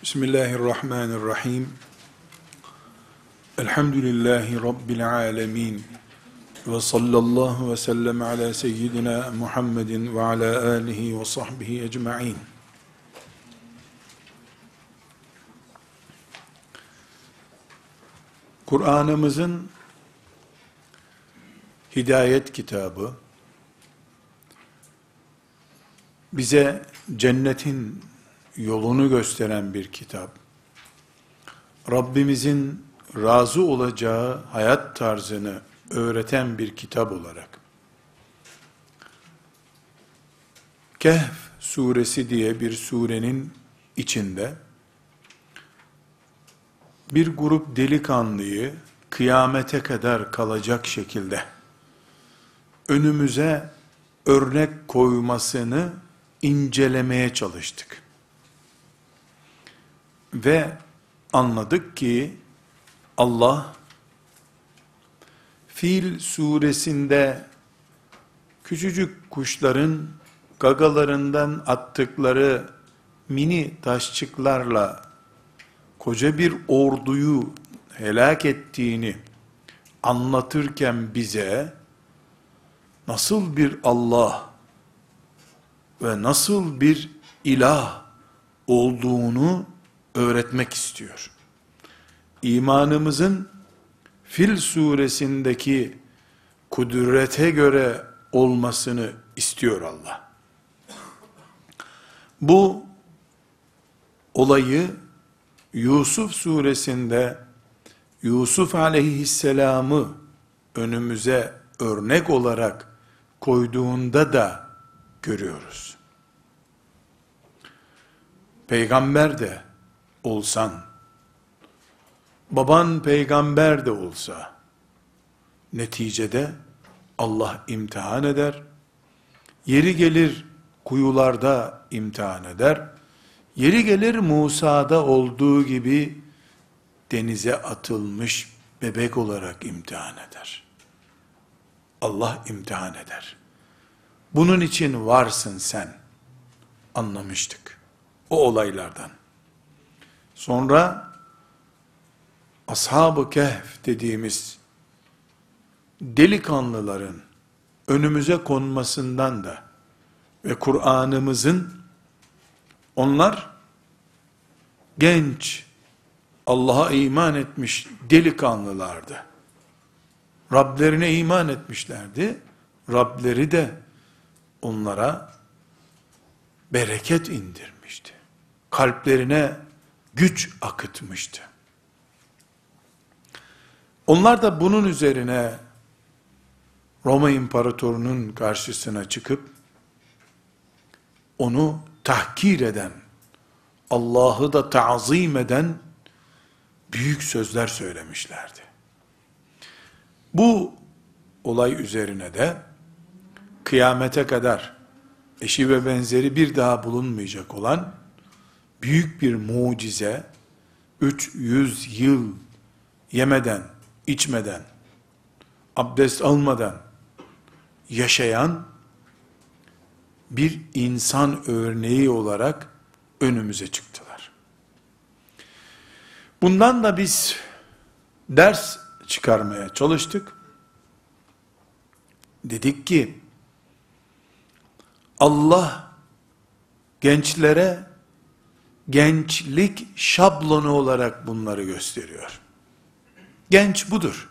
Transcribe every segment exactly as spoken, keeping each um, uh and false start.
Bismillahirrahmanirrahim. Elhamdülillahi Rabbil alemin. Ve sallallahu ve sellem ala seyyidina Muhammedin ve ala alihi ve sahbihi ecma'in. Kur'an'ımızın hidayet kitabı, bize cennetin yolunu gösteren bir kitap, Rabbimizin razı olacağı hayat tarzını öğreten bir kitap olarak, Kehf suresi diye bir surenin içinde, bir grup delikanlıyı kıyamete kadar kalacak şekilde, önümüze örnek koymasını incelemeye çalıştık. Ve anladık ki Allah Fil suresinde küçücük kuşların gagalarından attıkları mini taşçıklarla koca bir orduyu helak ettiğini anlatırken bize nasıl bir Allah ve nasıl bir ilah olduğunu öğretmek istiyor. İmanımızın Fil suresindeki kudrete göre olmasını istiyor Allah. Bu olayı Yusuf suresinde Yusuf aleyhisselamı önümüze örnek olarak koyduğunda da görüyoruz. Peygamber de olsan, baban peygamber de olsa, neticede Allah imtihan eder, yeri gelir kuyularda imtihan eder, yeri gelir Musa'da olduğu gibi denize atılmış bebek olarak imtihan eder. Allah imtihan eder. Bunun için varsın sen, anlamıştık o olaylardan. Sonra Ashab-ı Kehf dediğimiz delikanlıların önümüze konmasından da ve Kur'an'ımızın onlar genç, Allah'a iman etmiş delikanlılardı. Rablerine iman etmişlerdi. Rableri de onlara bereket indirmişti. Kalplerine güç akıtmıştı. Onlar da bunun üzerine Roma İmparatorunun karşısına çıkıp onu tahkir eden, Allah'ı da ta'zim eden büyük sözler söylemişlerdi. Bu olay üzerine de kıyamete kadar eşi ve benzeri bir daha bulunmayacak olan büyük bir mucize, üç yüz yıl yemeden, içmeden, abdest almadan yaşayan bir insan örneği olarak önümüze çıktılar. Bundan da biz ders çıkarmaya çalıştık. Dedik ki, Allah gençlere gençlik şablonu olarak bunları gösteriyor. Genç budur.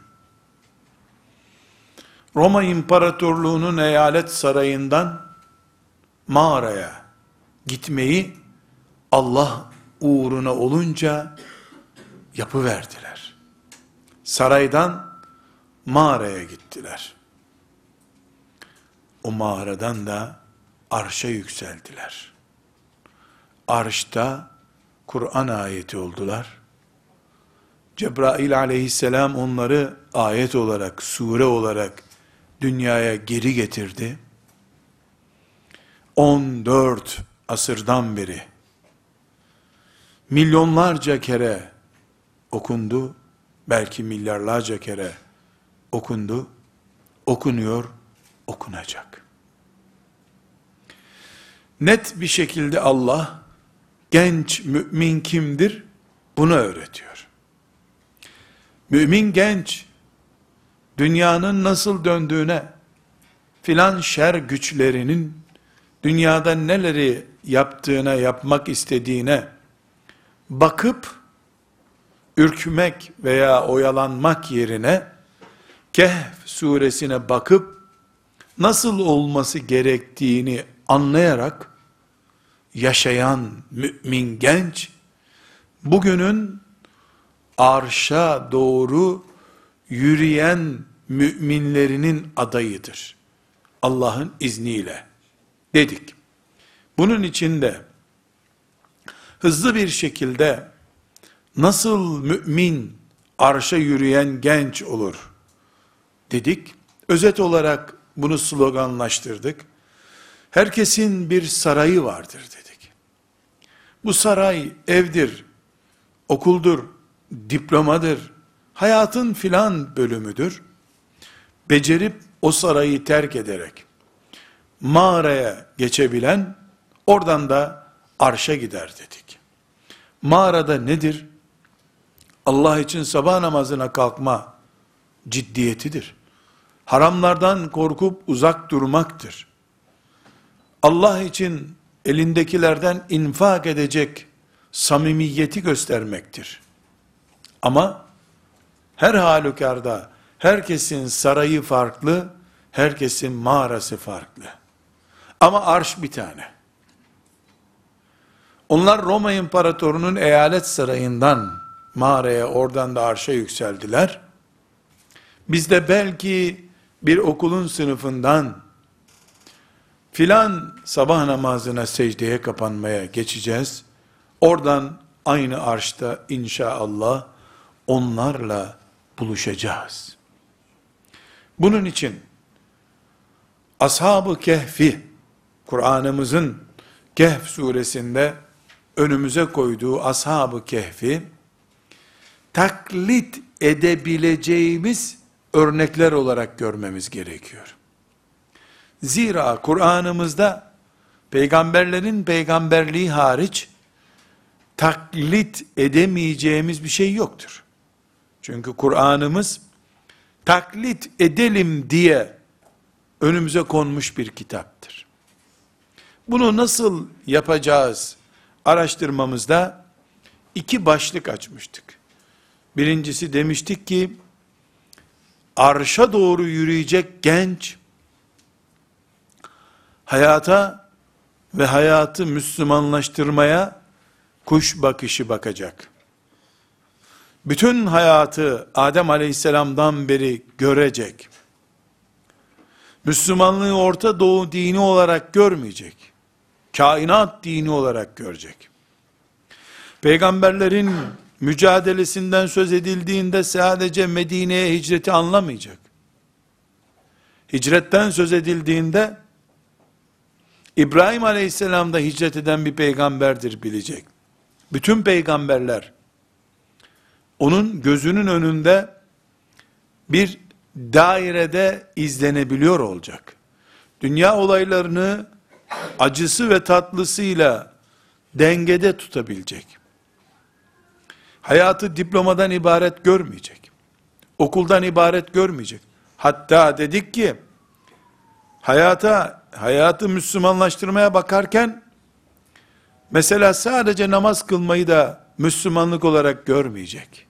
Roma İmparatorluğu'nun eyalet sarayından mağaraya gitmeyi Allah uğruna olunca yapıverdiler. Saraydan mağaraya gittiler. O mağaradan da arşa yükseldiler. Arşta Kur'an ayeti oldular. Cebrail aleyhisselam onları ayet olarak, sure olarak dünyaya geri getirdi. on dört asırdan beri milyonlarca kere okundu, belki milyarlarca kere okundu, okunuyor, okunacak. Net bir şekilde Allah genç mümin kimdir? Bunu öğretiyor. Mümin genç, dünyanın nasıl döndüğüne, filan şer güçlerinin dünyada neleri yaptığına, yapmak istediğine bakıp, ürkmek veya oyalanmak yerine, Kehf suresine bakıp, nasıl olması gerektiğini anlayarak, yaşayan mümin genç, bugünün arşa doğru yürüyen müminlerinin adayıdır. Allah'ın izniyle dedik. Bunun içinde hızlı bir şekilde nasıl mümin arşa yürüyen genç olur dedik. Özet olarak bunu sloganlaştırdık. Herkesin bir sarayı vardır dedik. Bu saray evdir, okuldur, diplomadır, hayatın filan bölümüdür. Becerip o sarayı terk ederek mağaraya geçebilen oradan da arşa gider dedik. Mağarada nedir? Allah için sabah namazına kalkma ciddiyetidir. Haramlardan korkup uzak durmaktır. Allah için elindekilerden infak edecek samimiyeti göstermektir. Ama her halükarda herkesin sarayı farklı, herkesin mağarası farklı. Ama arş bir tane. Onlar Roma İmparatorunun eyalet sarayından mağaraya, oradan da arşa yükseldiler. Biz de belki bir okulun sınıfından filan sabah namazına secdeye kapanmaya geçeceğiz. Oradan aynı arşta inşallah onlarla buluşacağız. Bunun için Ashab-ı Kehf'i, Kur'an'ımızın Kehf suresinde önümüze koyduğu Ashab-ı Kehf'i taklit edebileceğimiz örnekler olarak görmemiz gerekiyor. Zira Kur'an'ımızda peygamberlerin peygamberliği hariç taklit edemeyeceğimiz bir şey yoktur. Çünkü Kur'an'ımız taklit edelim diye önümüze konmuş bir kitaptır. Bunu nasıl yapacağız araştırmamızda iki başlık açmıştık. Birincisi demiştik ki, arşa doğru yürüyecek genç, hayata ve hayatı Müslümanlaştırmaya kuş bakışı bakacak. Bütün hayatı Adem Aleyhisselam'dan beri görecek. Müslümanlığı Orta Doğu dini olarak görmeyecek. Kainat dini olarak görecek. Peygamberlerin mücadelesinden söz edildiğinde sadece Medine'ye hicreti anlamayacak. Hicretten söz edildiğinde İbrahim Aleyhisselam da hicret eden bir peygamberdir bilecek. Bütün peygamberler onun gözünün önünde bir dairede izlenebiliyor olacak. Dünya olaylarını acısı ve tatlısıyla dengede tutabilecek. Hayatı diplomadan ibaret görmeyecek. Okuldan ibaret görmeyecek. Hatta dedik ki, hayata, hayatı Müslümanlaştırmaya bakarken, mesela sadece namaz kılmayı da Müslümanlık olarak görmeyecek.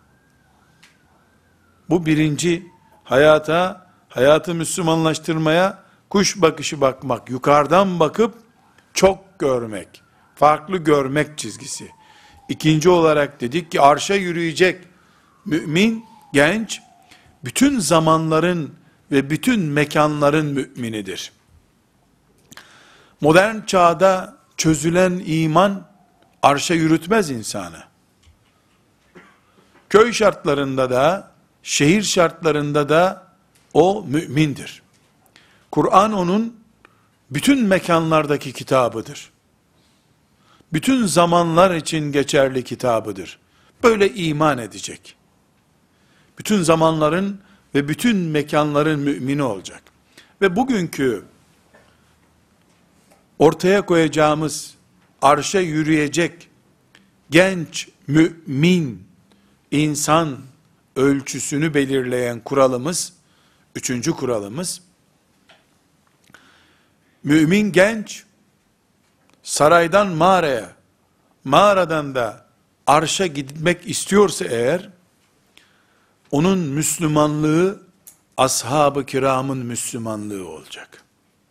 Bu birinci, hayata, hayatı Müslümanlaştırmaya kuş bakışı bakmak, yukarıdan bakıp çok görmek, farklı görmek çizgisi. İkinci olarak dedik ki arşa yürüyecek mümin, genç, bütün zamanların ve bütün mekanların müminidir. Modern çağda çözülen iman arşa yürütmez insanı. Köy şartlarında da, şehir şartlarında da o mümindir. Kur'an onun bütün mekanlardaki kitabıdır. Bütün zamanlar için geçerli kitabıdır. Böyle iman edecek. Bütün zamanların ve bütün mekanların mümini olacak. Ve bugünkü ortaya koyacağımız arşa yürüyecek genç mümin insan ölçüsünü belirleyen kuralımız, üçüncü kuralımız, mümin genç, saraydan mağaraya, mağaradan da arşa gitmek istiyorsa eğer, onun Müslümanlığı, ashab-ı kiramın Müslümanlığı olacak.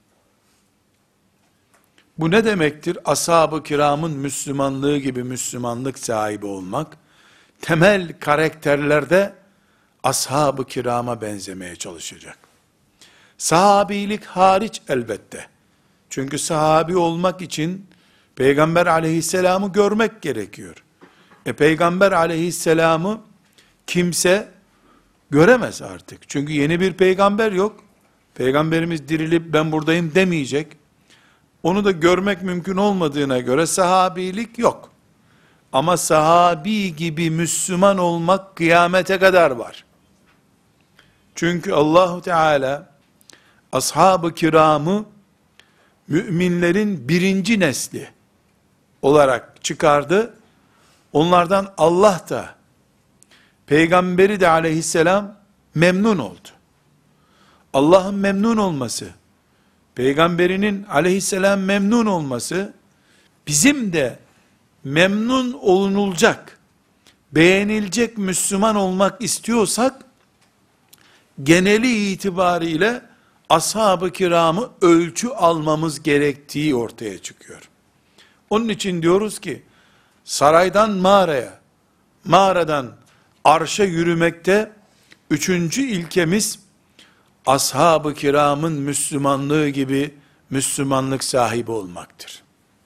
Bu ne demektir? Ashab-ı kiramın Müslümanlığı gibi Müslümanlık sahibi olmak, temel karakterlerde ashab-ı kirama benzemeye çalışacak. Sahabilik hariç elbette. Çünkü sahabi olmak için Peygamber aleyhisselamı görmek gerekiyor. E Peygamber aleyhisselamı kimse göremez artık. Çünkü yeni bir peygamber yok. Peygamberimiz dirilip ben buradayım demeyecek. Onu da görmek mümkün olmadığına göre sahabilik yok. Ama sahabi gibi Müslüman olmak kıyamete kadar var. Çünkü Allahu Teala ashab-ı kiramı müminlerin birinci nesli olarak çıkardı. Onlardan Allah da, peygamberi de aleyhisselam memnun oldu. Allah'ın memnun olması, peygamberinin aleyhisselam memnun olması, bizim de memnun olunulacak, beğenilecek Müslüman olmak istiyorsak, geneli itibariyle ashab-ı kiramı ölçü almamız gerektiği ortaya çıkıyor. Onun için diyoruz ki, saraydan mağaraya, mağaradan arşa yürümekte, üçüncü ilkemiz, ashab-ı kiramın Müslümanlığı gibi Müslümanlık sahibi olmaktır.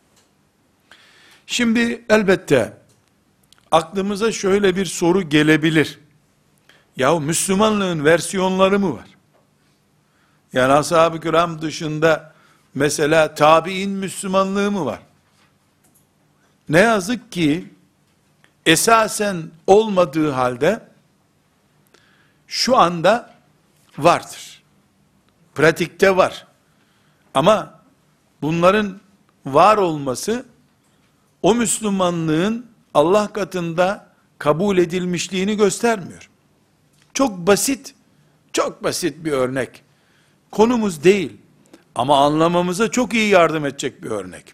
Şimdi elbette, aklımıza şöyle bir soru gelebilir. Yahu Müslümanlığın versiyonları mı var? Yani ashab-ı kiram dışında mesela tabi'in Müslümanlığı mı var? Ne yazık ki esasen olmadığı halde şu anda vardır. Pratikte var. Ama bunların var olması o Müslümanlığın Allah katında kabul edilmişliğini göstermiyor. Çok basit, çok basit bir örnek. Konumuz değil ama anlamamıza çok iyi yardım edecek bir örnek.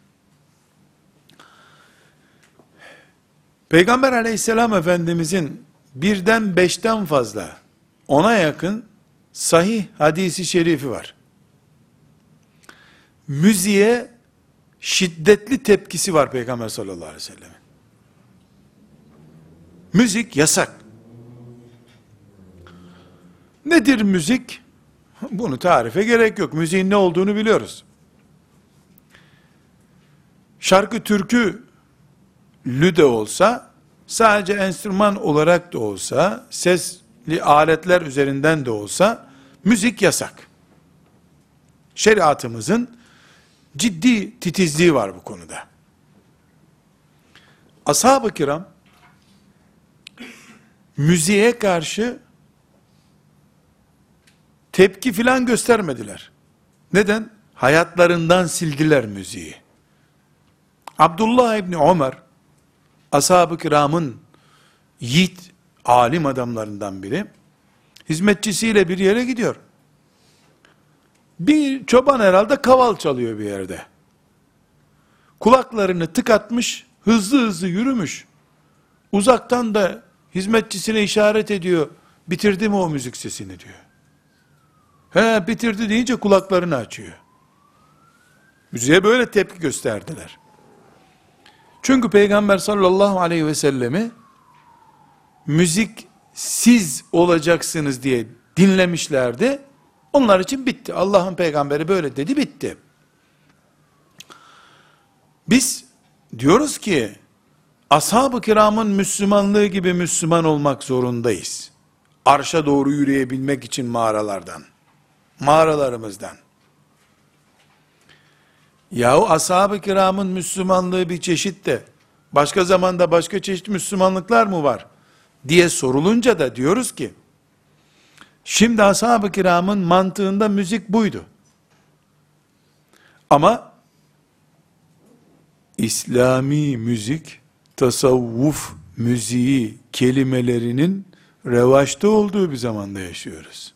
Peygamber aleyhisselam efendimizin birden beşten fazla, ona yakın sahih hadisi şerifi var. Müziğe şiddetli tepkisi var Peygamber sallallahu aleyhi ve sellem'in. Müzik yasak. Nedir müzik? Bunu tarife gerek yok. Müziğin ne olduğunu biliyoruz. Şarkı türkü lü de olsa, sadece enstrüman olarak da olsa, sesli aletler üzerinden de olsa, müzik yasak. Şeriatımızın ciddi titizliği var bu konuda. Ashab-ı kiram, müziğe karşı tepki filan göstermediler. Neden? Hayatlarından sildiler müziği. Abdullah İbni Ömer, ashab-ı kiramın yiğit, alim adamlarından biri, hizmetçisiyle bir yere gidiyor. Bir çoban herhalde kaval çalıyor bir yerde. Kulaklarını tıkatmış, hızlı hızlı yürümüş. Uzaktan da hizmetçisine işaret ediyor, bitirdi mi o müzik sesini diyor. He bitirdi deyince kulaklarını açıyor. Müziğe böyle tepki gösterdiler. Çünkü Peygamber sallallahu aleyhi ve sellemi müzik siz olacaksınız diye dinlemişlerdi. Onlar için bitti. Allah'ın peygamberi böyle dedi, bitti. Biz diyoruz ki ashab-ı kiramın Müslümanlığı gibi Müslüman olmak zorundayız. Arşa doğru yürüyebilmek için mağaralardan, mağaralarımızdan. Yahu ashab-ı kiramın Müslümanlığı bir çeşit de başka zamanda başka çeşit Müslümanlıklar mı var diye sorulunca da diyoruz ki şimdi ashab-ı kiramın mantığında müzik buydu. Ama İslami müzik, tasavvuf müziği kelimelerinin revaçta olduğu bir zamanda yaşıyoruz.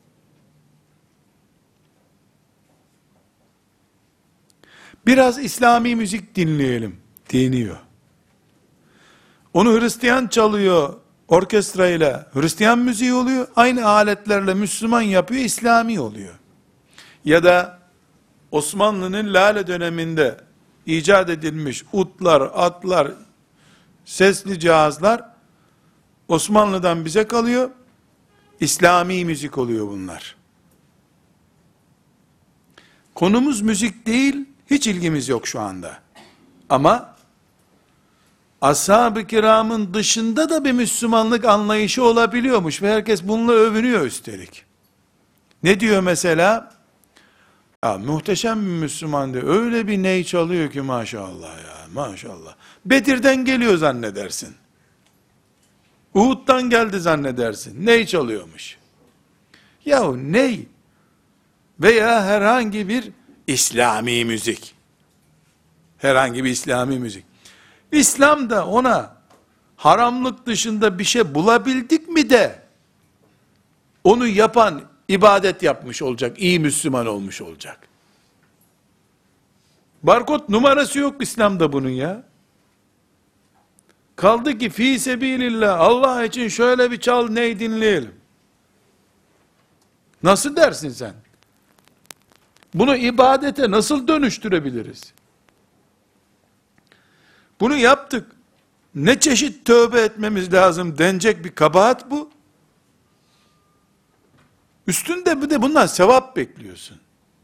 Biraz İslami müzik dinleyelim deniyor. Onu Hristiyan çalıyor orkestrayla, Hristiyan müziği oluyor. Aynı aletlerle Müslüman yapıyor, İslami oluyor. Ya da Osmanlı'nın Lale döneminde icat edilmiş utlar, atlar, sesli cihazlar Osmanlı'dan bize kalıyor. İslami müzik oluyor bunlar. Konumuz müzik değil, hiç ilgimiz yok şu anda. Ama ashab-ı kiramın dışında da bir Müslümanlık anlayışı olabiliyormuş ve herkes bununla övünüyor üstelik. Ne diyor mesela? Ya muhteşem bir Müslüman diyor. Öyle bir ney çalıyor ki maşallah ya, maşallah. Bedir'den geliyor zannedersin. Uhud'dan geldi zannedersin. Ney çalıyormuş. Yahu ney veya herhangi bir İslami müzik. Herhangi bir İslami müzik. İslam'da ona haramlık dışında bir şey bulabildik mi de onu yapan ibadet yapmış olacak, iyi Müslüman olmuş olacak. Barkod numarası yok İslam'da bunun ya. Kaldı ki fi sebilillah, Allah için şöyle bir çal ney dinleyelim. Nasıl dersin sen? Bunu ibadete nasıl dönüştürebiliriz? Bunu yaptık. Ne çeşit tövbe etmemiz lazım denecek bir kabahat bu. Üstünde bir de bundan sevap bekliyorsun.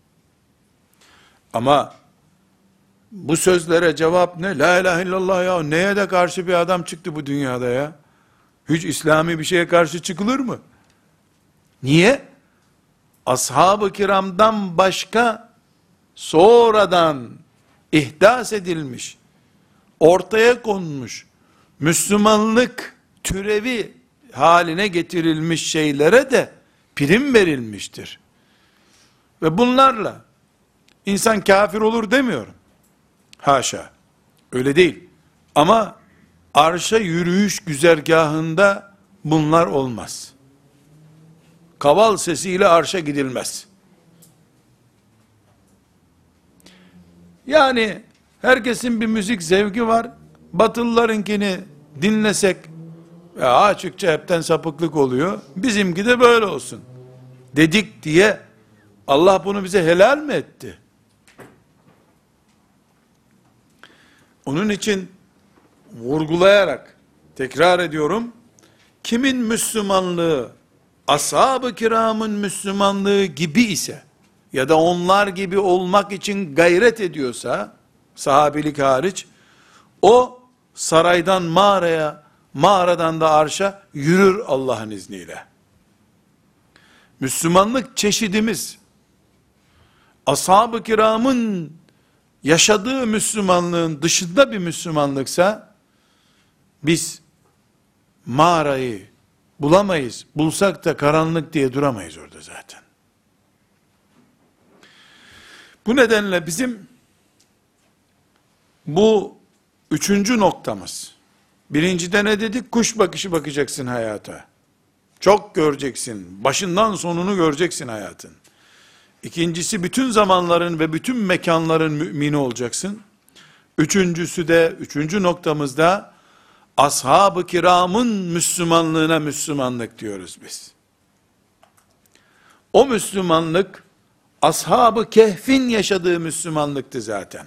Ama bu sözlere cevap ne? La ilahe illallah ya. Neye de karşı bir adam çıktı bu dünyada ya? Hiç İslami bir şeye karşı çıkılır mı? Niye? Ashab-ı kiramdan başka sonradan ihdas edilmiş, ortaya konmuş, Müslümanlık türevi haline getirilmiş şeylere de prim verilmiştir. Ve bunlarla insan kafir olur demiyorum. Haşa. Öyle değil. Ama arşa yürüyüş güzergahında bunlar olmaz. Kaval sesiyle arşa gidilmez. Yani herkesin bir müzik zevki var. Batılılarınkini dinlesek ya açıkça hepten sapıklık oluyor. Bizimki de böyle olsun dedik diye Allah bunu bize helal mi etti? Onun için vurgulayarak tekrar ediyorum. Kimin Müslümanlığı ashab-ı kiramın Müslümanlığı gibi ise ya da onlar gibi olmak için gayret ediyorsa, sahabilik hariç, o saraydan mağaraya, mağaradan da arşa yürür Allah'ın izniyle. Müslümanlık çeşidimiz, ashab-ı kiramın yaşadığı Müslümanlığın dışında bir Müslümanlıksa, biz mağarayı bulamayız. Bulsak da karanlık diye duramayız orada zaten. Bu nedenle bizim bu üçüncü noktamız, birincide ne dedik? Kuş bakışı bakacaksın hayata. Çok göreceksin. Başından sonunu göreceksin hayatın. İkincisi, bütün zamanların ve bütün mekanların mümini olacaksın. Üçüncüsü de, üçüncü noktamızda, ashab-ı kiramın Müslümanlığına Müslümanlık diyoruz biz. O Müslümanlık, ashab-ı kehfin yaşadığı Müslümanlıktı zaten.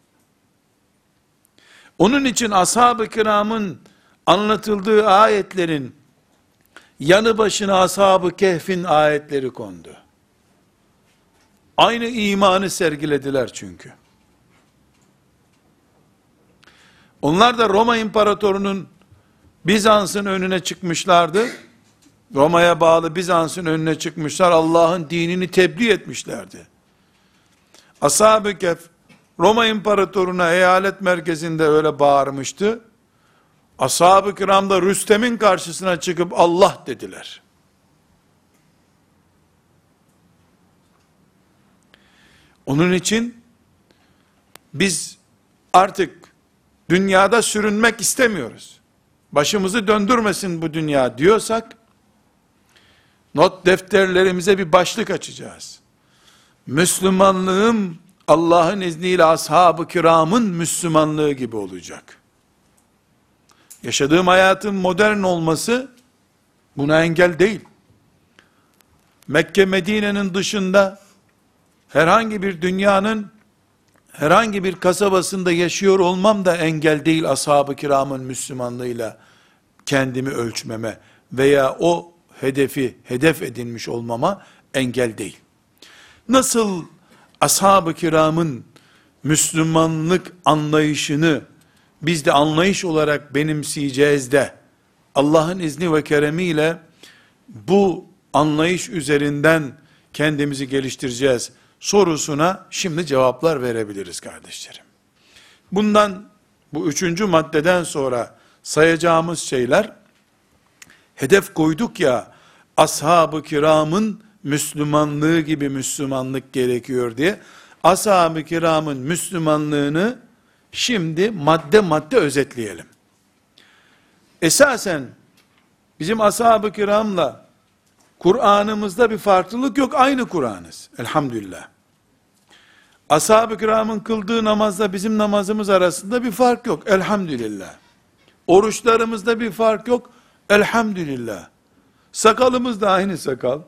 Onun için ashab-ı kiramın anlatıldığı ayetlerin yanı başına ashab-ı kehfin ayetleri kondu. Aynı imanı sergilediler çünkü. Onlar da Roma İmparatorunun Bizans'ın önüne çıkmışlardı. Roma'ya bağlı Bizans'ın önüne çıkmışlar. Allah'ın dinini tebliğ etmişlerdi. Ashab-ı Kehf Roma İmparatoruna eyalet merkezinde öyle bağırmıştı. Ashab-ı kiram da Rüstem'in karşısına çıkıp Allah dediler. Onun için biz artık dünyada sürünmek istemiyoruz, başımızı döndürmesin bu dünya diyorsak, not defterlerimize bir başlık açacağız. Müslümanlığım Allah'ın izniyle ashab-ı kiramın Müslümanlığı gibi olacak. Yaşadığım hayatın modern olması buna engel değil. Mekke Medine'nin dışında herhangi bir dünyanın herhangi bir kasabasında yaşıyor olmam da engel değil ashab-ı kiramın Müslümanlığıyla kendimi ölçmeme veya o hedefi hedef edinmiş olmama engel değil. Nasıl ashab-ı kiramın Müslümanlık anlayışını biz de anlayış olarak benimseyeceğiz de Allah'ın izni ve keremiyle bu anlayış üzerinden kendimizi geliştireceğiz sorusuna şimdi cevaplar verebiliriz kardeşlerim. Bundan, bu üçüncü maddeden sonra sayacağımız şeyler, hedef koyduk ya, ashab-ı kiramın Müslümanlığı gibi Müslümanlık gerekiyor diye, ashab-ı kiramın Müslümanlığını şimdi madde madde özetleyelim. Esasen bizim ashab-ı kiramla Kur'an'ımızda bir farklılık yok, aynı Kur'an'ız elhamdülillah. Ashab-ı kiramın kıldığı namazla bizim namazımız arasında bir fark yok elhamdülillah. Oruçlarımızda bir fark yok elhamdülillah. Sakalımız da aynı sakal.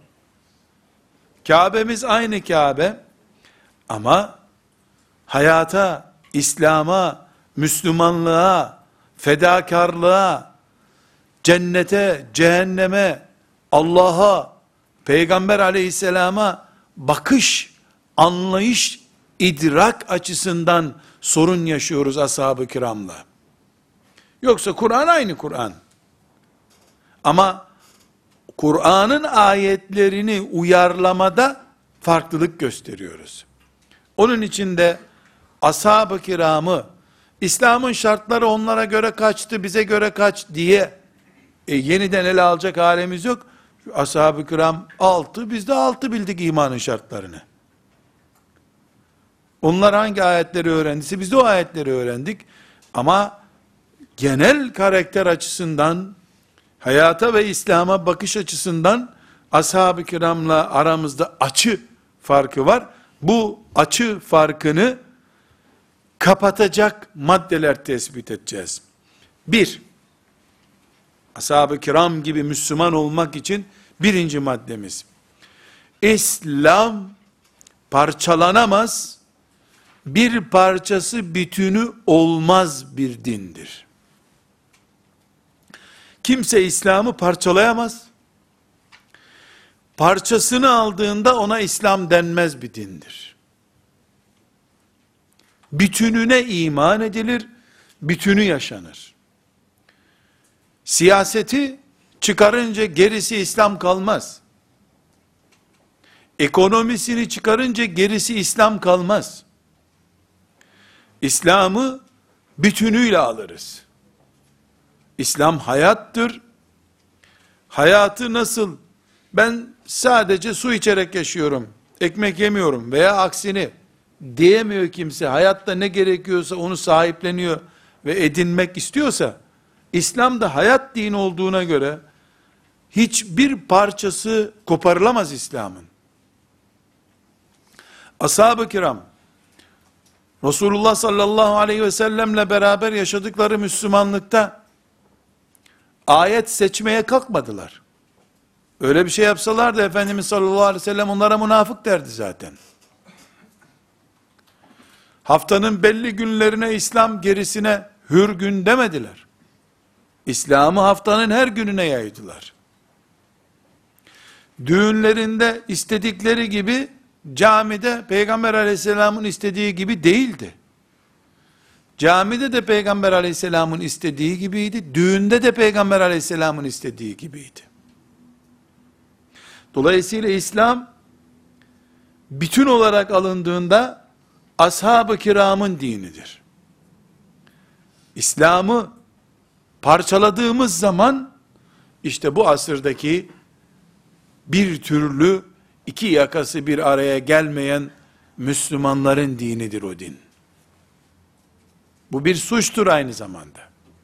Kabe'miz aynı Kabe. Ama hayata, İslam'a, Müslümanlığa, fedakarlığa, cennete, cehenneme, Allah'a, Peygamber aleyhisselama bakış, anlayış, idrak açısından sorun yaşıyoruz ashab-ı kiramla. Yoksa Kur'an aynı Kur'an. Ama Kur'an'ın ayetlerini uyarlamada farklılık gösteriyoruz. Onun için de ashab-ı kiramı, İslam'ın şartları onlara göre kaçtı, bize göre kaç diye e, yeniden ele alacak halimiz yok. Ashab-ı kiram altı, biz de altı bildik imanın şartlarını. Onlar hangi ayetleri öğrendiyse biz de o ayetleri öğrendik. Ama genel karakter açısından, hayata ve İslam'a bakış açısından ashab-ı kiramla aramızda açı farkı var. Bu açı farkını kapatacak maddeler tespit edeceğiz. Bir, ashab-ı kiram gibi Müslüman olmak için birinci maddemiz, İslam parçalanamaz, bir parçası bütünü olmaz bir dindir. Kimse İslam'ı parçalayamaz. Parçasını aldığında ona İslam denmez bir dindir. Bütününe iman edilir, bütünü yaşanır. Siyaseti çıkarınca gerisi İslam kalmaz. Ekonomisini çıkarınca gerisi İslam kalmaz. İslam'ı bütünüyle alırız. İslam hayattır. Hayatı nasıl, ben sadece su içerek yaşıyorum, ekmek yemiyorum veya aksini diyemiyor kimse. Hayatta ne gerekiyorsa onu sahipleniyor ve edinmek istiyorsa, İslam da hayat dini olduğuna göre hiçbir parçası koparılamaz İslam'ın. Ashab-ı kiram, Resulullah sallallahu aleyhi ve sellemle beraber yaşadıkları Müslümanlıkta ayet seçmeye kalkmadılar. Öyle bir şey yapsalardı Efendimiz sallallahu aleyhi ve sellem onlara münafık derdi zaten. Haftanın belli günlerine İslam, gerisine hür gün demediler. İslam'ı haftanın her gününe yaydılar. Düğünlerinde istedikleri gibi, camide Peygamber aleyhisselamın istediği gibi değildi. Camide de Peygamber aleyhisselamın istediği gibiydi, düğünde de Peygamber aleyhisselamın istediği gibiydi. Dolayısıyla İslam, bütün olarak alındığında, ashab-ı kiramın dinidir. İslam'ı parçaladığımız zaman, işte bu asırdaki, bir türlü, iki yakası bir araya gelmeyen Müslümanların dinidir o din. Bu bir suçtur aynı zamanda.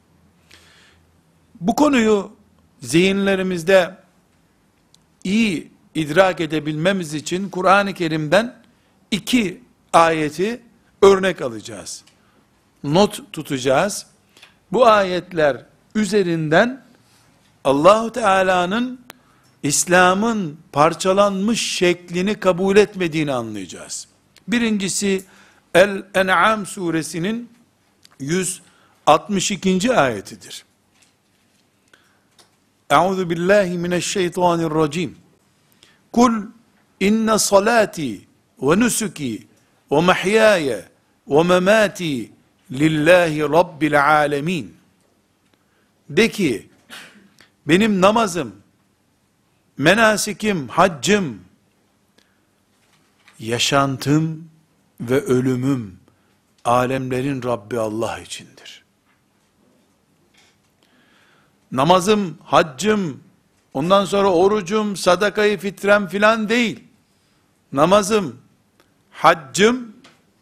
Bu konuyu zihinlerimizde iyi idrak edebilmemiz için Kur'an-ı Kerim'den iki ayeti örnek alacağız. Not tutacağız. Bu ayetler üzerinden Allahu Teala'nın İslam'ın parçalanmış şeklini kabul etmediğini anlayacağız. Birincisi El-En'am suresinin yüz altmış ikinci ayetidir. Euzu billahi mineşşeytanirracim. Kul inne salati ve nusuki ve mahyaya ve memati lillahi rabbil alemin. De ki, benim namazım, menasikim, haccım, yaşantım ve ölümüm alemlerin Rabbi Allah içindir. Namazım, haccım, ondan sonra orucum, sadakayı fitrem filan değil. Namazım, haccım,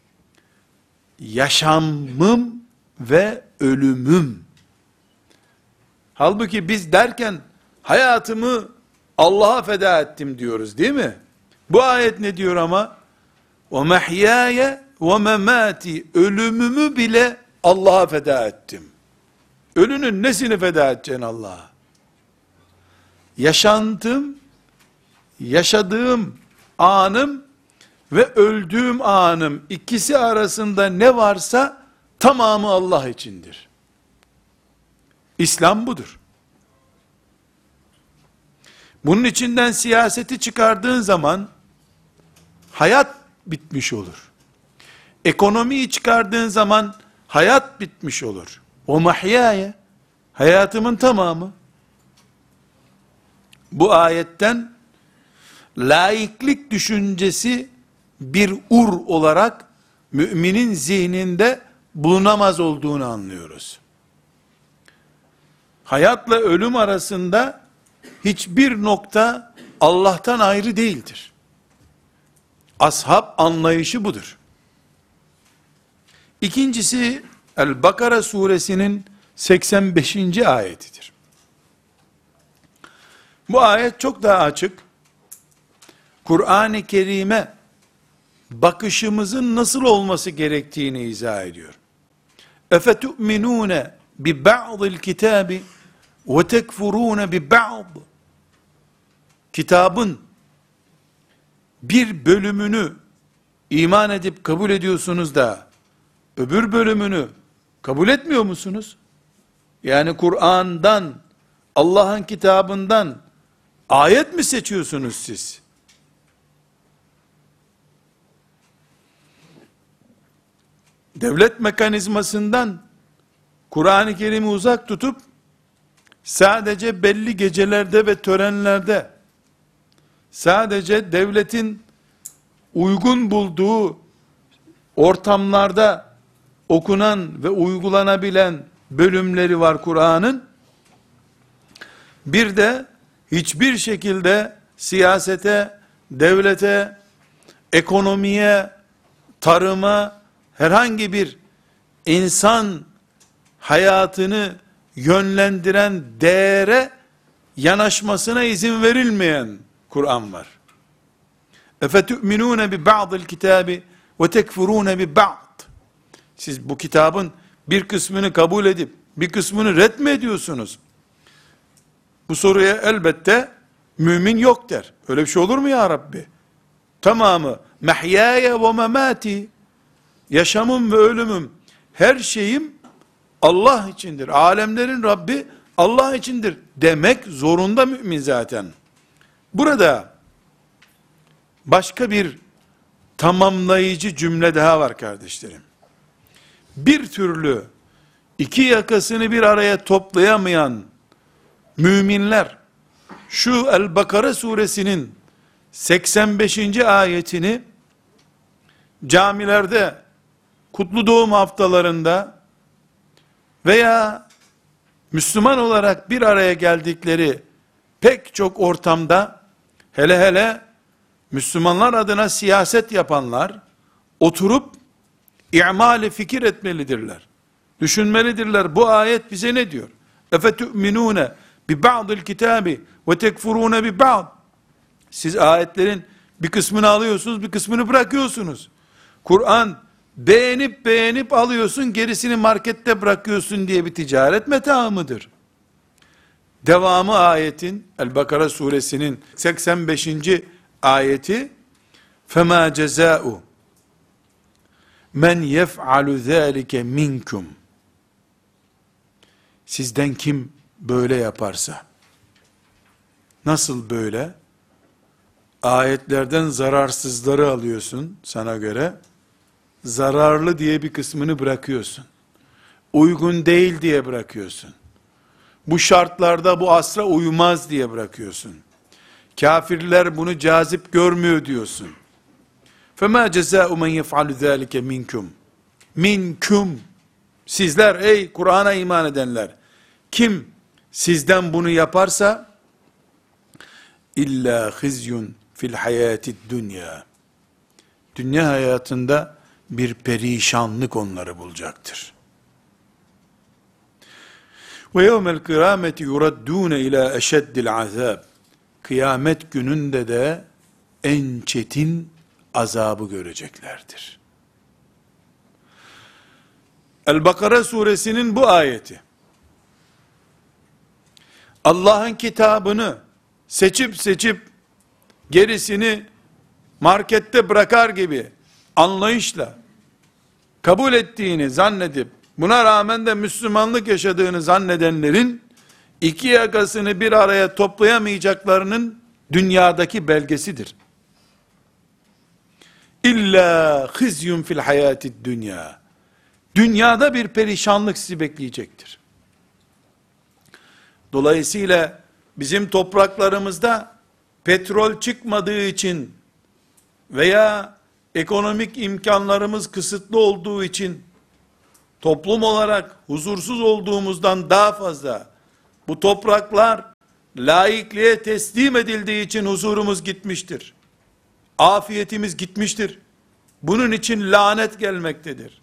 yaşamım ve ölümüm. Halbuki biz derken hayatımı Allah'a feda ettim diyoruz, değil mi? Bu ayet ne diyor ama? O mehyaya ve memati, ölümümü bile Allah'a feda ettim. Ölünün nesini feda edeceksin Allah'a? Yaşantım, yaşadığım anım ve öldüğüm anım, ikisi arasında ne varsa tamamı Allah içindir. İslam budur. Bunun içinden siyaseti çıkardığın zaman hayat bitmiş olur. Ekonomiyi çıkardığın zaman hayat bitmiş olur. O mahyaya, hayatımın tamamı. Bu ayetten laiklik düşüncesi bir ur olarak müminin zihninde bulunamaz olduğunu anlıyoruz. Hayatla ölüm arasında hiçbir nokta Allah'tan ayrı değildir. Ashab anlayışı budur. İkincisi El-Bakara suresinin seksen beşinci ayetidir. Bu ayet çok daha açık. Kur'an-ı Kerim'e bakışımızın nasıl olması gerektiğini izah ediyor. اَفَتُؤْمِنُونَ بِبَعْضِ الْكِتَابِ وَتَكْفُرُونَ بِبَعْضِ. Kitabın bir bölümünü iman edip kabul ediyorsunuz da öbür bölümünü kabul etmiyor musunuz? Yani Kur'an'dan, Allah'ın kitabından ayet mi seçiyorsunuz siz? Devlet mekanizmasından Kur'an-ı Kerim'i uzak tutup sadece belli gecelerde ve törenlerde, sadece devletin uygun bulduğu ortamlarda okunan ve uygulanabilen bölümleri var Kur'an'ın. Bir de hiçbir şekilde siyasete, devlete, ekonomiye, tarıma, herhangi bir insan hayatını yönlendiren değere yanaşmasına izin verilmeyen Kur'an var. اَفَتُؤْمِنُونَ بِبَعْضِ الْكِتَابِ وَتَكْفُرُونَ بِبَعْضِ. Siz bu kitabın bir kısmını kabul edip bir kısmını ret mi ediyorsunuz? Bu soruya elbette mümin yok der. Öyle bir şey olur mu ya Rabbi? Tamamı mehyaya ve memati, yaşamım ve ölümüm, her şeyim Allah içindir. Alemlerin Rabbi Allah içindir demek zorunda mümin zaten. Burada başka bir tamamlayıcı cümle daha var kardeşlerim. Bir türlü iki yakasını bir araya toplayamayan müminler şu El-Bakara suresinin seksen beşinci ayetini camilerde, kutlu doğum haftalarında veya Müslüman olarak bir araya geldikleri pek çok ortamda, hele hele Müslümanlar adına siyaset yapanlar oturup i'mal-i fikir etmelidirler. Düşünmelidirler. Bu ayet bize ne diyor? اَفَتُؤْمِنُونَ بِبَعْضِ الْكِتَابِ وَتَكْفُرُونَ بِبَعْضِ Siz ayetlerin bir kısmını alıyorsunuz, bir kısmını bırakıyorsunuz. Kur'an beğenip beğenip alıyorsun, gerisini markette bırakıyorsun diye bir ticaret metaı mıdır? Devamı ayetin, El-Bakara suresinin seksen beşinci ayeti, فَمَا جَزَاءُ men yef'alu zâlike minkum. Sizden kim böyle yaparsa, nasıl böyle? Ayetlerden zararsızları alıyorsun sana göre, zararlı diye bir kısmını bırakıyorsun. Uygun değil diye bırakıyorsun. Bu şartlarda bu asra uymaz diye bırakıyorsun. Kafirler bunu cazip görmüyor diyorsun. فَمَا جَزَاءُ مَنْ يَفْعَلُ ذَٰلِكَ مِنْكُمْ Minkum, sizler ey Kur'an'a iman edenler, kim sizden bunu yaparsa, illa khizyun fil hayatid dünya, dünya hayatında bir perişanlık onları bulacaktır. Ve yevmel kıyameti yuraddûne ilâ eşeddil azâb, kıyamet gününde de en çetin azabı göreceklerdir. El-Bakara suresinin bu ayeti, Allah'ın kitabını seçip seçip gerisini markette bırakar gibi anlayışla kabul ettiğini zannedip buna rağmen de Müslümanlık yaşadığını zannedenlerin iki yakasını bir araya toplayamayacaklarının dünyadaki belgesidir. İlla khizyun fil hayatid dünya. Dünyada bir perişanlık sizi bekleyecektir. Dolayısıyla bizim topraklarımızda petrol çıkmadığı için veya ekonomik imkanlarımız kısıtlı olduğu için toplum olarak huzursuz olduğumuzdan daha fazla bu topraklar laikliğe teslim edildiği için huzurumuz gitmiştir. Afiyetimiz gitmiştir. Bunun için lanet gelmektedir.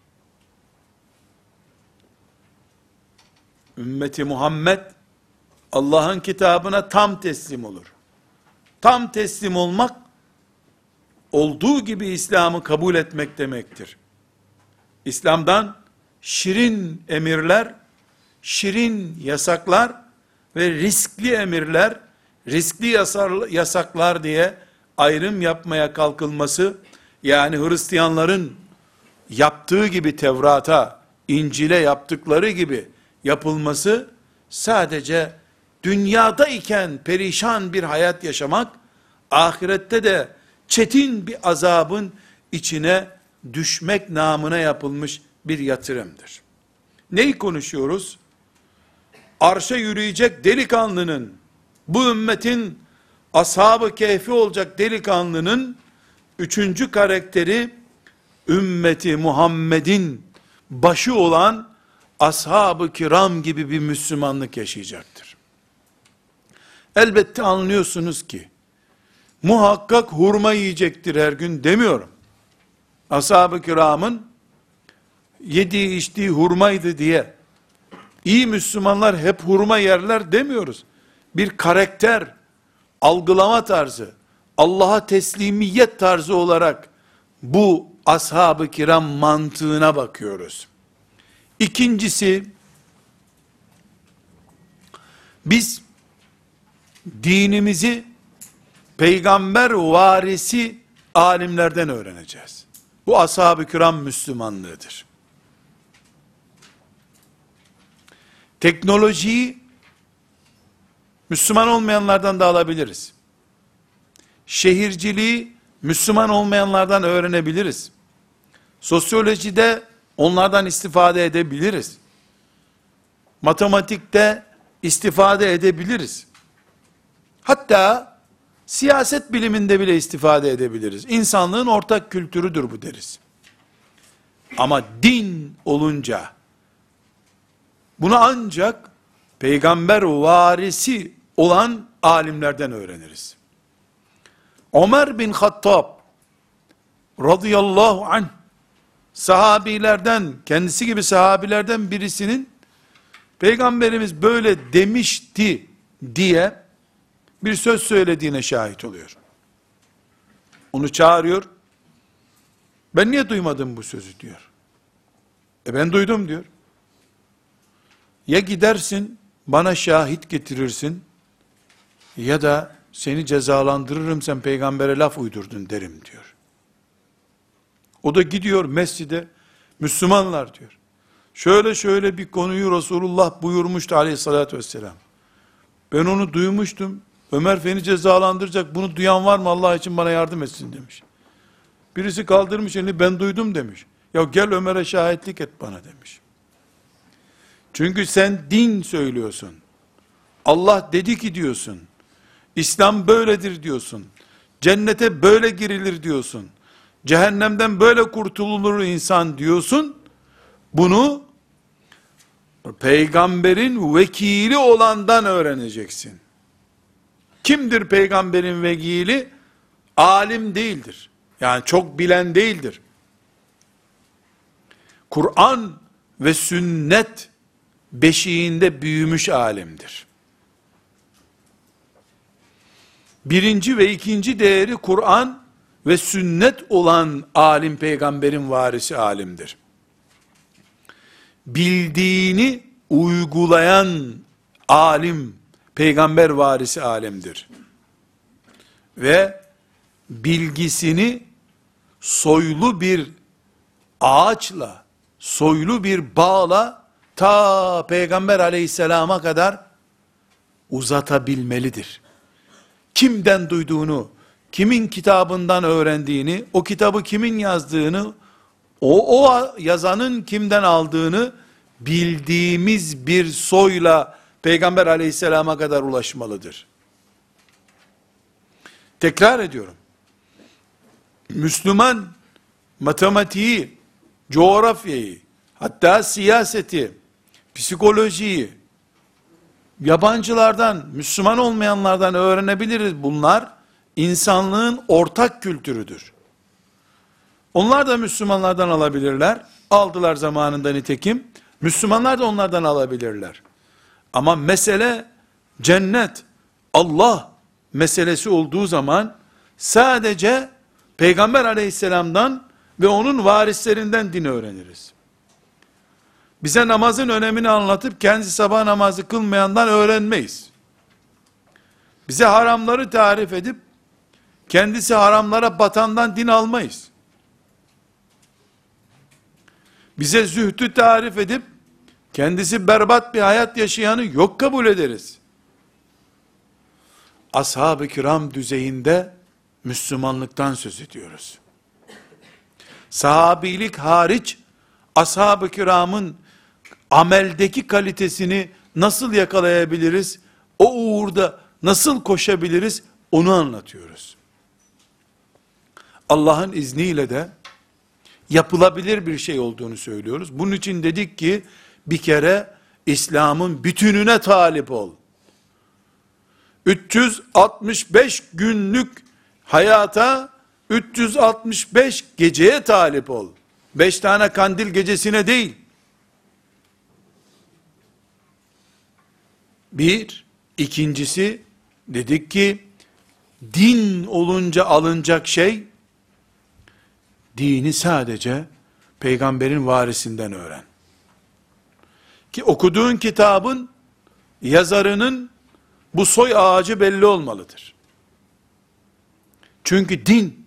Ümmeti Muhammed Allah'ın kitabına tam teslim olur. Tam teslim olmak, olduğu gibi İslam'ı kabul etmek demektir. İslam'dan şirin emirler, şirin yasaklar ve riskli emirler, riskli yasaklar diye ayrım yapmaya kalkılması, yani Hristiyanların yaptığı gibi Tevrat'a, İncil'e yaptıkları gibi yapılması, sadece dünyada iken perişan bir hayat yaşamak, ahirette de çetin bir azabın içine düşmek namına yapılmış bir yatırımdır. Neyi konuşuyoruz? Arşa yürüyecek delikanlının, bu ümmetin ashab-ı kehfi olacak delikanlının üçüncü karakteri, ümmeti Muhammed'in başı olan ashab-ı kiram gibi bir Müslümanlık yaşayacaktır. Elbette anlıyorsunuz ki, muhakkak hurma yiyecektir her gün demiyorum. Ashab-ı kiramın yediği içtiği hurmaydı diye, iyi Müslümanlar hep hurma yerler demiyoruz. Bir karakter, algılama tarzı, Allah'a teslimiyet tarzı olarak bu ashab-ı kiram mantığına bakıyoruz. İkincisi, biz dinimizi peygamber varisi alimlerden öğreneceğiz. Bu ashab-ı kiram Müslümanlığıdır. Teknolojiyi Müslüman olmayanlardan da alabiliriz. Şehirciliği Müslüman olmayanlardan öğrenebiliriz. Sosyolojide onlardan istifade edebiliriz. Matematikte istifade edebiliriz. Hatta siyaset biliminde bile istifade edebiliriz. İnsanlığın ortak kültürüdür bu deriz. Ama din olunca, bunu ancak peygamber varisi olan alimlerden öğreniriz. Ömer bin Hattab radıyallahu anh sahabilerden, kendisi gibi sahabilerden birisinin Peygamberimiz böyle demişti diye bir söz söylediğine şahit oluyor. Onu çağırıyor. Ben niye duymadım bu sözü diyor. E ben duydum diyor. Ya gidersin bana şahit getirirsin ya da seni cezalandırırım, sen peygambere laf uydurdun derim diyor. O da gidiyor mescide, Müslümanlar diyor. Şöyle şöyle bir konuyu Resulullah buyurmuştu aleyhissalatü vesselam. Ben onu duymuştum. Ömer beni cezalandıracak. Bunu duyan var mı, Allah için bana yardım etsin demiş. Birisi kaldırmış elini, ben duydum demiş. Ya gel Ömer'e şahitlik et bana demiş. Çünkü sen din söylüyorsun. Allah dedi ki diyorsun. İslam böyledir diyorsun. Cennete böyle girilir diyorsun. Cehennemden böyle kurtulur insan diyorsun. Bunu peygamberin vekili olandan öğreneceksin. Kimdir peygamberin vekili? Alim değildir. Yani çok bilen değildir. Kur'an ve sünnet beşiğinde büyümüş alimdir. Birinci ve ikinci değeri Kur'an ve sünnet olan alim, peygamberin varisi alimdir. Bildiğini uygulayan alim, peygamber varisi alimdir. Ve bilgisini soylu bir ağaçla, soylu bir bağla ta Peygamber aleyhisselama kadar uzatabilmelidir. Kimden duyduğunu, kimin kitabından öğrendiğini, o kitabı kimin yazdığını, o, o yazanın kimden aldığını bildiğimiz bir soyla Peygamber aleyhisselama kadar ulaşmalıdır. Tekrar ediyorum. Müslüman matematiği, coğrafyayı, hatta siyaseti, psikolojiyi yabancılardan, Müslüman olmayanlardan öğrenebiliriz. Bunlar insanlığın ortak kültürüdür. Onlar da Müslümanlardan alabilirler. Aldılar zamanında nitekim. Müslümanlar da onlardan alabilirler. Ama mesele cennet, Allah meselesi olduğu zaman sadece Peygamber aleyhisselamdan ve onun varislerinden din öğreniriz. Bize namazın önemini anlatıp kendisi sabah namazı kılmayandan öğrenmeyiz. Bize haramları tarif edip kendisi haramlara batandan din almayız. Bize zühdü tarif edip kendisi berbat bir hayat yaşayanı yok kabul ederiz. Ashab-ı kiram düzeyinde Müslümanlıktan söz ediyoruz. Sahabilik hariç ashab-ı kiramın ameldeki kalitesini nasıl yakalayabiliriz? O uğurda nasıl koşabiliriz? Onu anlatıyoruz. Allah'ın izniyle de yapılabilir bir şey olduğunu söylüyoruz. Bunun için dedik ki bir kere İslam'ın bütününe talip ol. üç yüz altmış beş günlük hayata üç yüz altmış beş geceye talip ol. beş tane kandil gecesine değil. Bir, ikincisi dedik ki din olunca alınacak şey, dini sadece peygamberin varisinden öğren. Ki okuduğun kitabın yazarının bu soy ağacı belli olmalıdır. Çünkü din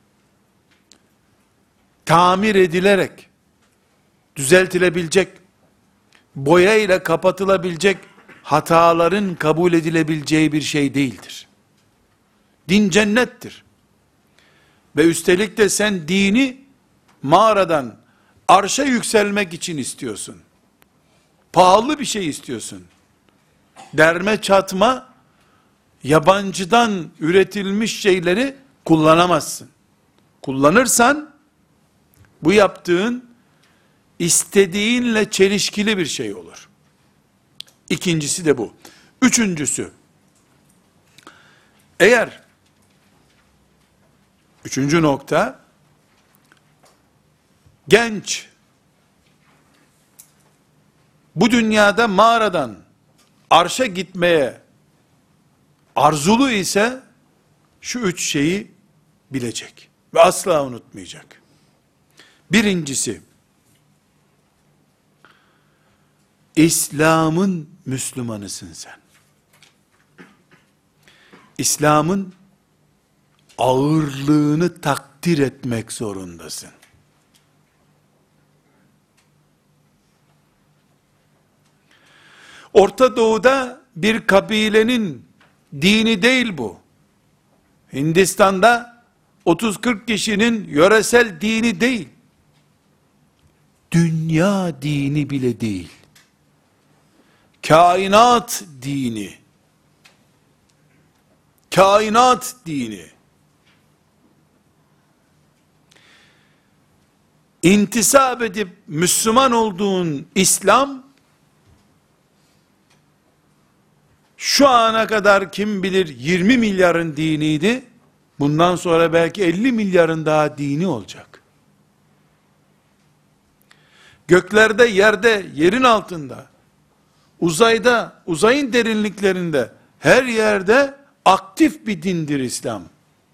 tamir edilerek düzeltilebilecek, boya ile kapatılabilecek hataların kabul edilebileceği bir şey değildir. Din cennettir. Ve üstelik de sen dini mağaradan arşa yükselmek için istiyorsun. Pahalı bir şey istiyorsun. Derme çatma, yabancıdan üretilmiş şeyleri kullanamazsın. Kullanırsan, bu yaptığın, istediğinle çelişkili bir şey olur. İkincisi de bu. Üçüncüsü, eğer, üçüncü nokta, genç bu dünyada mağaradan arşa gitmeye arzulu ise şu üç şeyi bilecek ve asla unutmayacak. Birincisi, İslam'ın Müslümanısın sen. İslam'ın ağırlığını takdir etmek zorundasın. Orta Doğu'da bir kabilenin dini değil bu. Hindistan'da otuz kırk kişinin yöresel dini değil. Dünya dini bile değil. Kainat dini. Kainat dini. İntisap edip Müslüman olduğun İslam, şu ana kadar kim bilir yirmi milyarın diniydi, bundan sonra belki elli milyarın daha dini olacak. Göklerde, yerde, yerin altında, uzayda, uzayın derinliklerinde, her yerde aktif bir dindir İslam.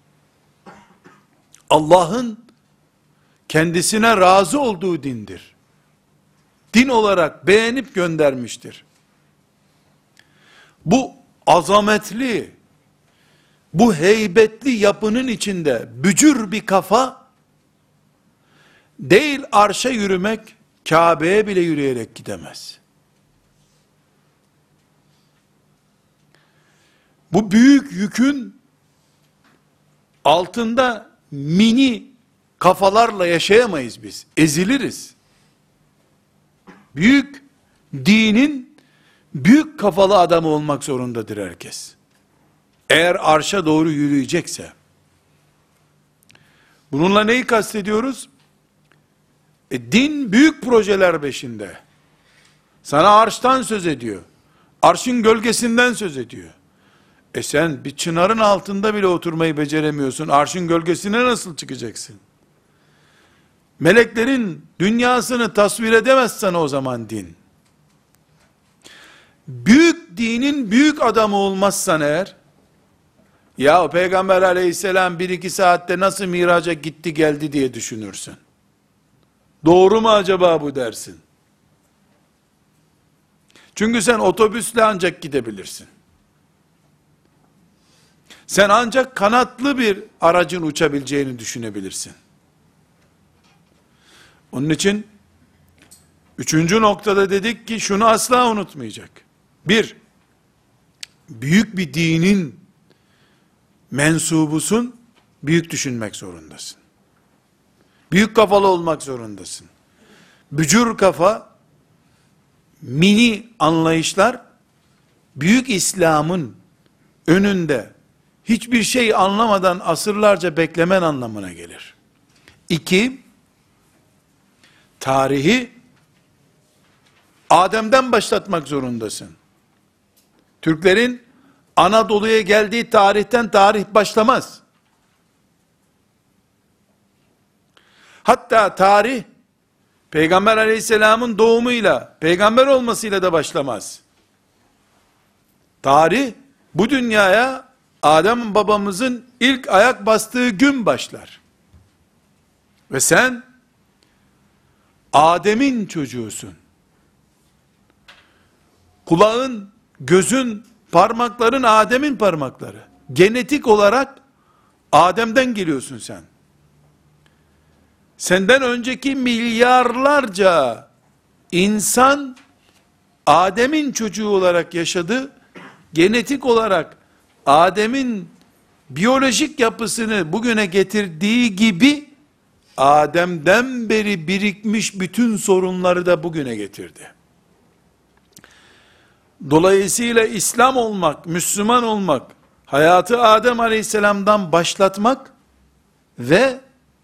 Allah'ın kendisine razı olduğu dindir. Din olarak beğenip göndermiştir. Bu azametli, bu heybetli yapının içinde bücür bir kafa, değil arşa yürümek, Kabe'ye bile yürüyerek gidemez. Bu büyük yükün altında mini kafalarla yaşayamayız biz. Eziliriz. Büyük dinin büyük kafalı adamı olmak zorundadır herkes. Eğer arşa doğru yürüyecekse. Bununla neyi kastediyoruz? E, din büyük projeler peşinde. Sana arştan söz ediyor. Arşın gölgesinden söz ediyor. E sen bir çınarın altında bile oturmayı beceremiyorsun. Arşın gölgesine nasıl çıkacaksın? Meleklerin dünyasını tasvir edemezsen o zaman din. Büyük dinin büyük adamı olmazsan eğer, ya o Peygamber aleyhisselam bir iki saatte nasıl miraca gitti geldi diye düşünürsün. Doğru mu acaba bu dersin? Çünkü sen otobüsle ancak gidebilirsin. Sen ancak kanatlı bir aracın uçabileceğini düşünebilirsin. Onun için, üçüncü noktada dedik ki, şunu asla unutmayacak. Bir, büyük bir dinin mensubusun, büyük düşünmek zorundasın. Büyük kafalı olmak zorundasın. Bücür kafa, mini anlayışlar, büyük İslam'ın önünde, hiçbir şey anlamadan asırlarca beklemen anlamına gelir. İki, tarihi Adem'den başlatmak zorundasın. Türklerin Anadolu'ya geldiği tarihten tarih başlamaz. Hatta tarih Peygamber aleyhisselamın doğumuyla, peygamber olmasıyla da başlamaz. Tarih bu dünyaya Adem babamızın ilk ayak bastığı gün başlar. Ve sen Adem'in çocuğusun. Kulağın, gözün, parmakların Adem'in parmakları. Genetik olarak Adem'den geliyorsun sen. Senden önceki milyarlarca insan Adem'in çocuğu olarak yaşadı. Genetik olarak Adem'in biyolojik yapısını bugüne getirdiği gibi Adem'den beri birikmiş bütün sorunları da bugüne getirdi. Dolayısıyla İslam olmak, Müslüman olmak, hayatı Adem Aleyhisselam'dan başlatmak ve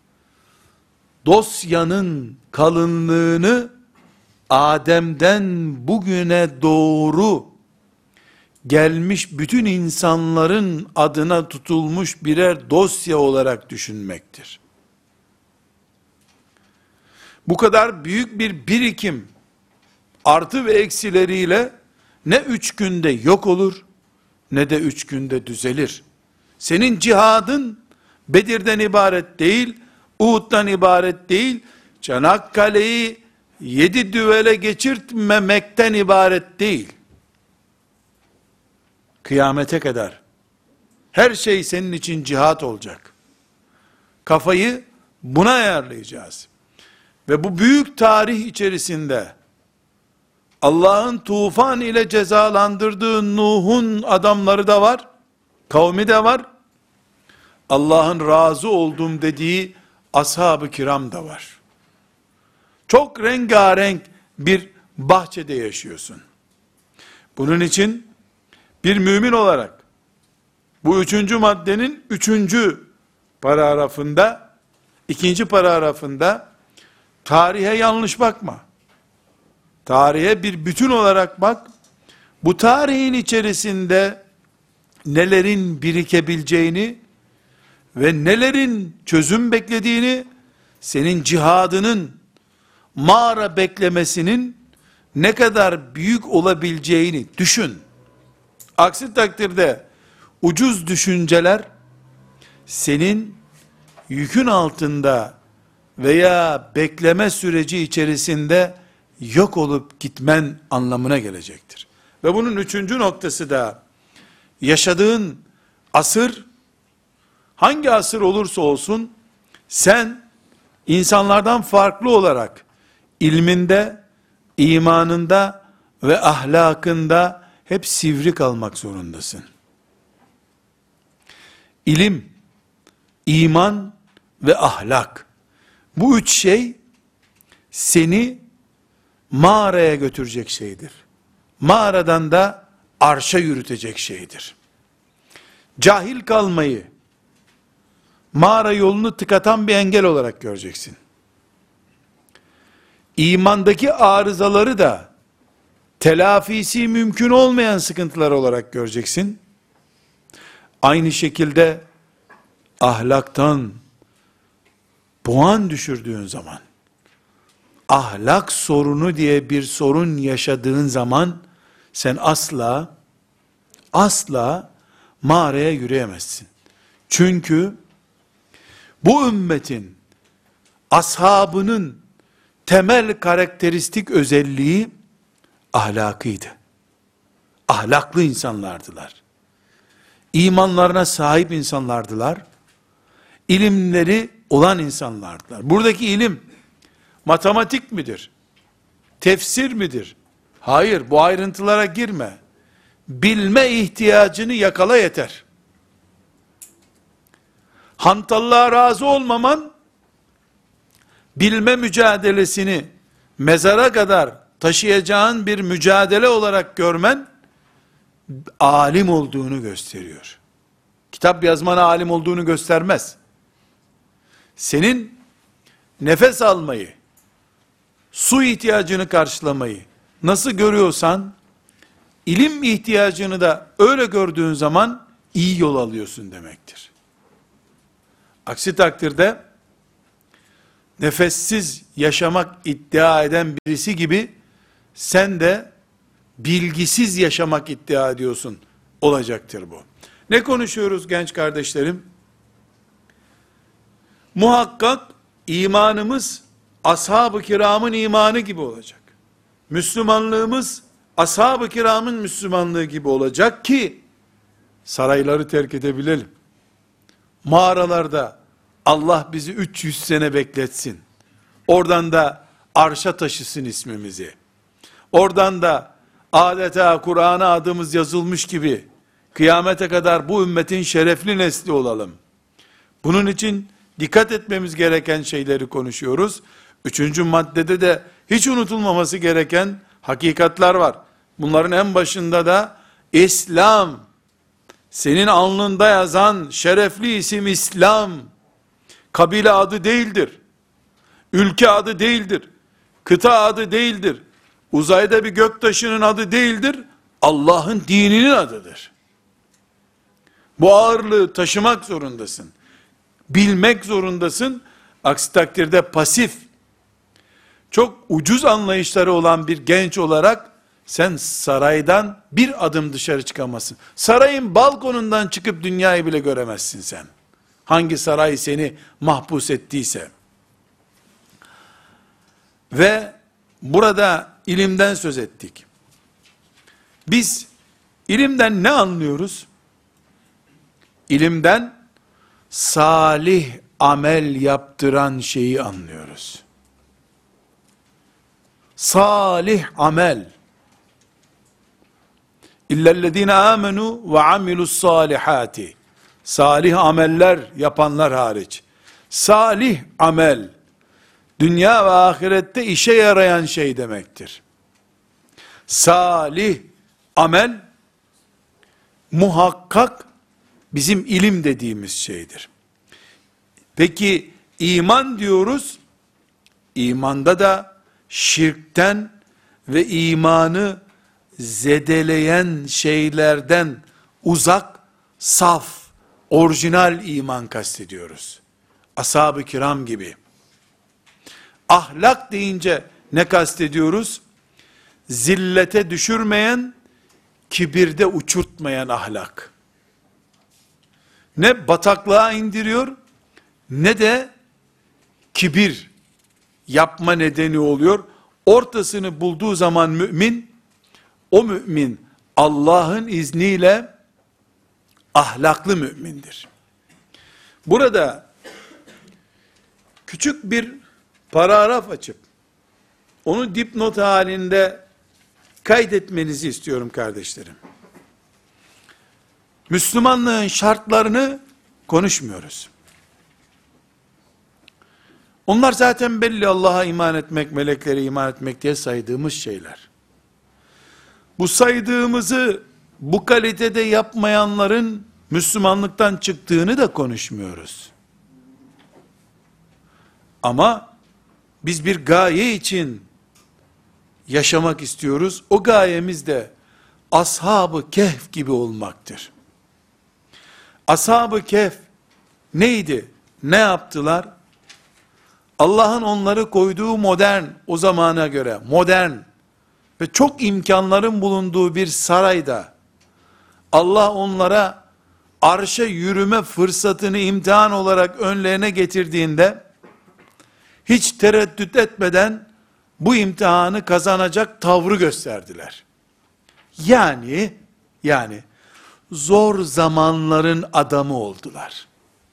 dosyanın kalınlığını Adem'den bugüne doğru gelmiş bütün insanların adına tutulmuş birer dosya olarak düşünmektir. bu kadar büyük bir birikim, artı ve eksileriyle ne üç günde yok olur, ne de üç günde düzelir. Senin cihadın Bedir'den ibaret değil, Uhud'dan ibaret değil, Çanakkale'yi yedi düvele geçirtmemekten ibaret değil. Kıyamete kadar her şey senin için cihat olacak. Kafayı buna ayarlayacağız. Ve bu büyük tarih içerisinde Allah'ın tufan ile cezalandırdığı Nuh'un adamları da var, kavmi de var. Allah'ın razı olduğum dediği ashab-ı kiram da var. Çok rengarenk bir bahçede yaşıyorsun. Bunun için bir mümin olarak bu üçüncü maddenin üçüncü paragrafında, ikinci paragrafında tarihe yanlış bakma. Tarihe bir bütün olarak bak. Bu tarihin içerisinde nelerin birikebileceğini ve nelerin çözüm beklediğini, senin cihadının, mağara beklemesinin ne kadar büyük olabileceğini düşün. Aksi takdirde ucuz düşünceler senin yükün altında veya bekleme süreci içerisinde yok olup gitmen anlamına gelecektir. Ve bunun üçüncü noktası da yaşadığın asır, hangi asır olursa olsun, sen insanlardan farklı olarak ilminde, imanında ve ahlakında hep sivri kalmak zorundasın. İlim, iman ve ahlak, bu üç şey seni mağaraya götürecek şeydir. Mağaradan da arşa yürütecek şeydir. Cahil kalmayı mağara yolunu tıkatan bir engel olarak göreceksin. İmandaki arızaları da telafisi mümkün olmayan sıkıntılar olarak göreceksin. Aynı şekilde ahlaktan puan düşürdüğün zaman, ahlak sorunu diye bir sorun yaşadığın zaman, sen asla, asla mağaraya yürüyemezsin. Çünkü bu ümmetin, ashabının temel karakteristik özelliği ahlakıydı. Ahlaklı insanlardılar. İmanlarına sahip insanlardılar. İlimleri olan insanlardılar. Buradaki ilim matematik midir? Tefsir midir? Hayır, bu ayrıntılara girme. Bilme ihtiyacını yakala yeter. Hantallığa razı olmaman, bilme mücadelesini mezara kadar taşıyacağın bir mücadele olarak görmen, alim olduğunu gösteriyor. Kitap yazmana alim olduğunu göstermez. Senin nefes almayı, su ihtiyacını karşılamayı nasıl görüyorsan, ilim ihtiyacını da öyle gördüğün zaman iyi yol alıyorsun demektir. Aksi takdirde nefessiz yaşamak iddia eden birisi gibi sen de bilgisiz yaşamak iddia ediyorsun olacaktır bu. Ne konuşuyoruz genç kardeşlerim? Muhakkak imanımız ashab-ı kiramın imanı gibi olacak. Müslümanlığımız ashab-ı kiramın Müslümanlığı gibi olacak ki sarayları terk edebilelim. Mağaralarda Allah bizi üç yüz sene bekletsin. Oradan da arşa taşısın ismimizi. Oradan da adeta Kur'an'a adımız yazılmış gibi kıyamete kadar bu ümmetin şerefli nesli olalım. Bunun için dikkat etmemiz gereken şeyleri konuşuyoruz. Üçüncü maddede de hiç unutulmaması gereken hakikatler var. Bunların en başında da İslam, senin alnında yazan şerefli isim İslam, kabile adı değildir. Ülke adı değildir. Kıta adı değildir. Uzayda bir göktaşının adı değildir. Allah'ın dininin adıdır. Bu ağırlığı taşımak zorundasın. Bilmek zorundasın. Aksi takdirde pasif, çok ucuz anlayışları olan bir genç olarak sen saraydan bir adım dışarı çıkamazsın. Sarayın balkonundan çıkıp dünyayı bile göremezsin sen. Hangi saray seni mahpus ettiyse. Ve burada ilimden söz ettik. Biz ilimden ne anlıyoruz? İlimden salih amel yaptıran şeyi anlıyoruz. Salih amel. İllellezine amenu ve amilus salihati. Salih ameller yapanlar hariç. Salih amel, dünya ve ahirette işe yarayan şey demektir. Salih amel, muhakkak bizim ilim dediğimiz şeydir. Peki iman diyoruz, imanda da şirkten ve imanı zedeleyen şeylerden uzak, saf, orijinal iman kastediyoruz. Ashab-ı kiram gibi. Ahlak deyince ne kastediyoruz? Zillete düşürmeyen, kibirde uçurtmayan ahlak. Ne bataklığa indiriyor, ne de kibir yapma nedeni oluyor. Ortasını bulduğu zaman mümin, o mümin Allah'ın izniyle ahlaklı mümindir. Burada küçük bir paragraf açıp onu dipnot halinde kaydetmenizi istiyorum kardeşlerim. Müslümanlığın şartlarını konuşmuyoruz. Onlar zaten belli, Allah'a iman etmek, meleklere iman etmek diye saydığımız şeyler. Bu saydığımızı bu kalitede yapmayanların Müslümanlıktan çıktığını da konuşmuyoruz. Ama biz bir gaye için yaşamak istiyoruz. O gayemiz de Ashab-ı Kehf gibi olmaktır. Ashab-ı Kehf neydi? Ne yaptılar? Allah'ın onları koyduğu modern, o zamana göre modern ve çok imkanların bulunduğu bir sarayda Allah onlara arşa yürüme fırsatını imtihan olarak önlerine getirdiğinde hiç tereddüt etmeden bu imtihanı kazanacak tavrı gösterdiler. Yani yani zor zamanların adamı oldular.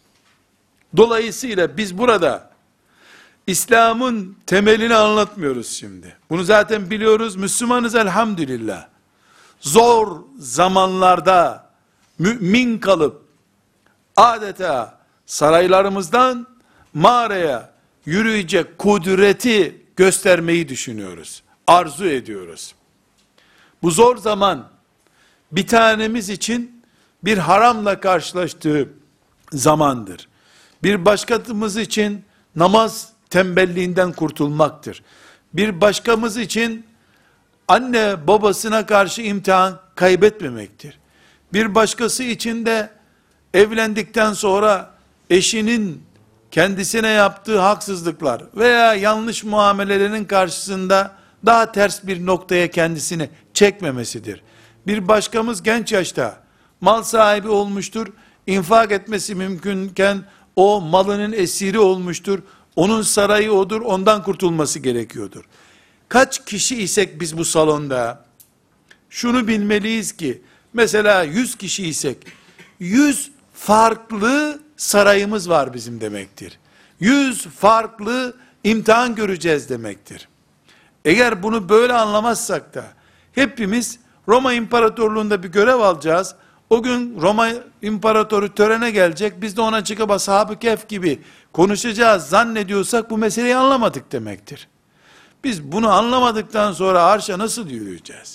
Dolayısıyla biz burada İslam'ın temelini anlatmıyoruz şimdi. Bunu zaten biliyoruz. Müslümanız elhamdülillah. Zor zamanlarda mümin kalıp adeta saraylarımızdan mağaraya yürüyecek kudreti göstermeyi düşünüyoruz. Arzu ediyoruz. Bu zor zaman bir tanemiz için bir haramla karşılaştığı zamandır. Bir başkamız için namaz tembelliğinden kurtulmaktır. Bir başkamız için anne babasına karşı imtihan kaybetmemektir. Bir başkası için de evlendikten sonra eşinin kendisine yaptığı haksızlıklar veya yanlış muamelelerinin karşısında daha ters bir noktaya kendisini çekmemesidir. Bir başkamız genç yaşta mal sahibi olmuştur, infak etmesi mümkünken o malının esiri olmuştur, onun sarayı odur, ondan kurtulması gerekiyordur. Kaç kişi isek biz bu salonda, şunu bilmeliyiz ki, mesela yüz kişi isek, yüz farklı sarayımız var bizim demektir. Yüz farklı imtihan göreceğiz demektir. Eğer bunu böyle anlamazsak da, hepimiz Roma İmparatorluğu'nda bir görev alacağız, o gün Roma İmparatoru törene gelecek, biz de ona çıkıp Ashab-ı Kehf gibi konuşacağız zannediyorsak, bu meseleyi anlamadık demektir. Biz bunu anlamadıktan sonra arşa nasıl yürüyeceğiz?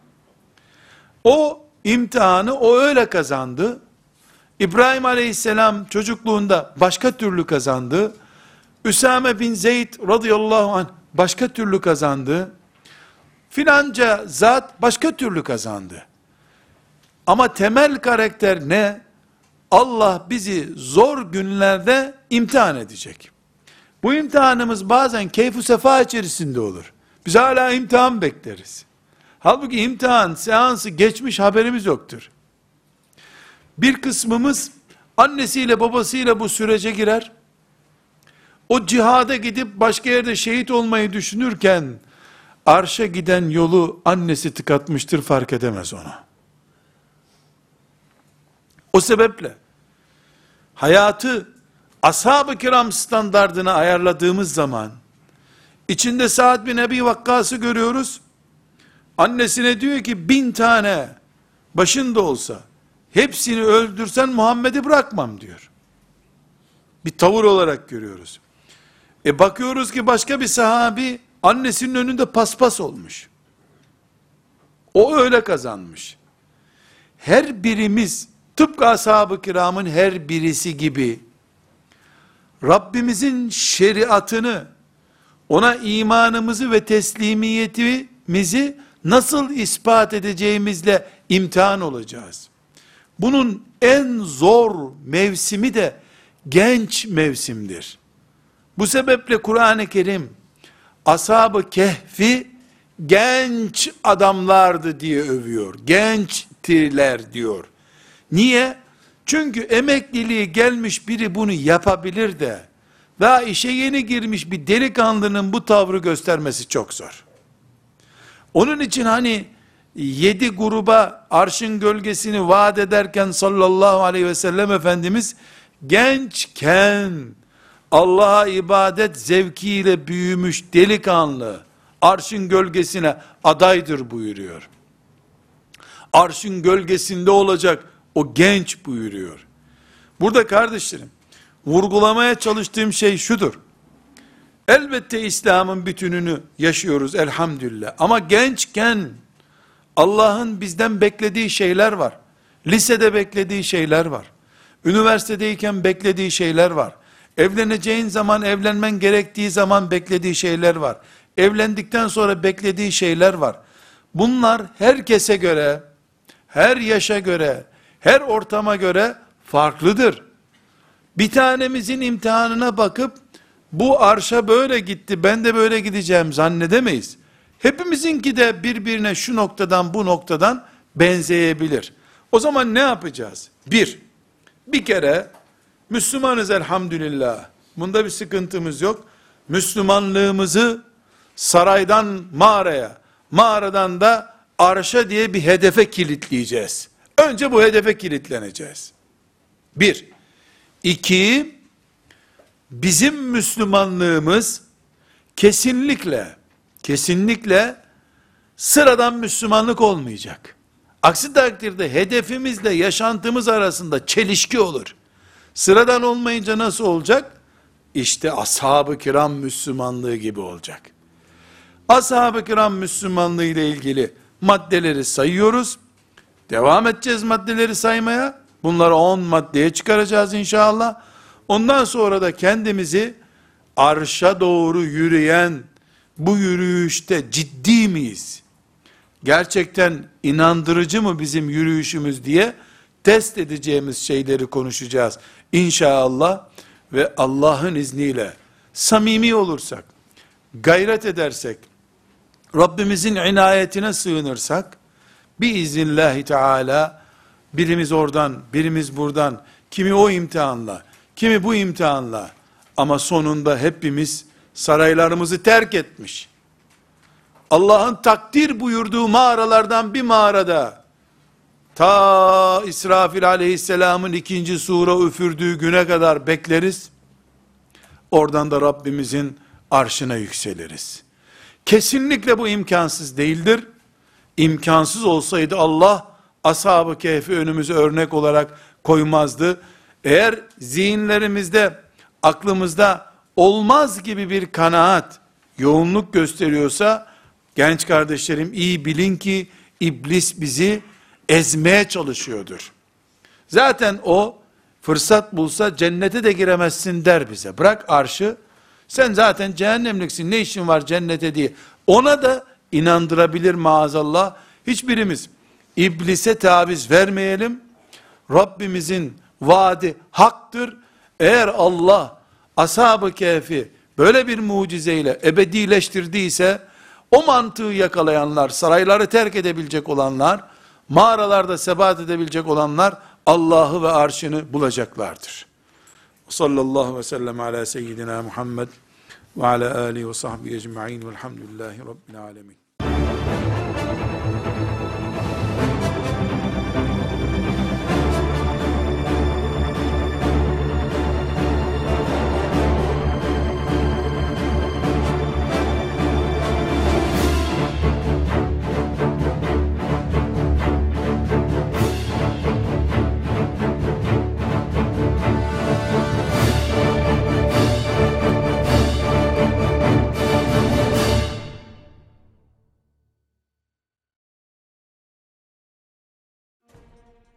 O imtihanı o öyle kazandı. İbrahim aleyhisselam çocukluğunda başka türlü kazandı. Üsame bin Zeyd radıyallahu anh başka türlü kazandı. Filanca zat başka türlü kazandı. Ama temel karakter ne? Allah bizi zor günlerde imtihan edecek. Bu imtihanımız bazen keyf-u sefa içerisinde olur. Biz hala imtihan bekleriz. Halbuki imtihan seansı geçmiş, haberimiz yoktur. Bir kısmımız annesiyle babasıyla bu sürece girer. O cihada gidip başka yerde şehit olmayı düşünürken arşa giden yolu annesi tıkatmıştır, fark edemez ona. O sebeple hayatı ashab-ı kiram standardına ayarladığımız zaman içinde Sa'd bin Ebi Vakkas'ı görüyoruz. Annesine diyor ki bin tane başında olsa hepsini öldürsen Muhammed'i bırakmam diyor. Bir tavır olarak görüyoruz. E bakıyoruz ki başka bir sahabi annesinin önünde paspas olmuş. O öyle kazanmış. Her birimiz tıpkı ashab-ı kiramın her birisi gibi Rabbimizin şeriatını, ona imanımızı ve teslimiyetimizi nasıl ispat edeceğimizle imtihan olacağız. Bunun en zor mevsimi de genç mevsimdir. Bu sebeple Kur'an-ı Kerim ashab-ı kehfi genç adamlardı diye övüyor. Gençtiler diyor. Niye? Çünkü emekliliği gelmiş biri bunu yapabilir de daha işe yeni girmiş bir delikanlının bu tavrı göstermesi çok zor. Onun için hani yedi gruba arşın gölgesini vaat ederken sallallahu aleyhi ve sellem Efendimiz gençken Allah'a ibadet zevkiyle büyümüş delikanlı arşın gölgesine adaydır buyuruyor. Arşın gölgesinde olacak o genç buyuruyor. Burada kardeşlerim, vurgulamaya çalıştığım şey şudur. Elbette İslam'ın bütününü yaşıyoruz elhamdülillah. Ama gençken Allah'ın bizden beklediği şeyler var. Lisede beklediği şeyler var. Üniversitedeyken beklediği şeyler var. Evleneceğin zaman, evlenmen gerektiği zaman beklediği şeyler var. Evlendikten sonra beklediği şeyler var. Bunlar herkese göre, her yaşa göre, her ortama göre farklıdır. Bir tanemizin imtihanına bakıp, bu arşa böyle gitti, ben de böyle gideceğim zannedemeyiz. Hepimizinki de birbirine şu noktadan bu noktadan benzeyebilir. O zaman ne yapacağız? Bir, bir kere Müslümanız elhamdülillah. Bunda bir sıkıntımız yok. Müslümanlığımızı saraydan mağaraya, mağaradan da arşa diye bir hedefe kilitleyeceğiz. Önce bu hedefe kilitleneceğiz. Bir. İki, bizim Müslümanlığımız kesinlikle, kesinlikle sıradan Müslümanlık olmayacak. Aksi takdirde hedefimizle yaşantımız arasında çelişki olur. Sıradan olmayınca nasıl olacak? İşte ashab-ı kiram Müslümanlığı gibi olacak. Ashab-ı kiram Müslümanlığı ile ilgili maddeleri sayıyoruz. Devam edeceğiz maddeleri saymaya. Bunları on maddeye çıkaracağız inşallah. Ondan sonra da kendimizi arşa doğru yürüyen bu yürüyüşte ciddi miyiz? Gerçekten inandırıcı mı bizim yürüyüşümüz diye test edeceğimiz şeyleri konuşacağız İnşallah. Ve Allah'ın izniyle samimi olursak, gayret edersek, Rabbimizin inayetine sığınırsak, biiznillahü teala birimiz oradan, birimiz buradan, kimi o imtihanla, kimi bu imtihanla, ama sonunda hepimiz saraylarımızı terk etmiş, Allah'ın takdir buyurduğu mağaralardan bir mağarada, ta İsrafil aleyhisselamın ikinci sura üfürdüğü güne kadar bekleriz. Oradan da Rabbimizin arşına yükseliriz. Kesinlikle bu imkansız değildir. İmkansız olsaydı Allah ashab-ı kehfi önümüze örnek olarak koymazdı. Eğer zihinlerimizde, aklımızda olmaz gibi bir kanaat, yoğunluk gösteriyorsa, genç kardeşlerim iyi bilin ki iblis bizi ezmeye çalışıyordur. Zaten o fırsat bulsa cennete de giremezsin der bize. Bırak arşı, sen zaten cehennemliksin, ne işin var cennete diye. Ona da inandırabilir maazallah. Hiçbirimiz iblise taviz vermeyelim. Rabbimizin vaadi haktır. Eğer Allah ashab-ı kehfi böyle bir mucizeyle ebedileştirdiyse, o mantığı yakalayanlar, sarayları terk edebilecek olanlar, mağaralarda sebat edebilecek olanlar, Allah'ı ve arşını bulacaklardır. Sallallahu aleyhi ve sellem ala seyyidina Muhammed ve ala alihi ve sahbihi ecma'in velhamdülillahi rabbil alemin.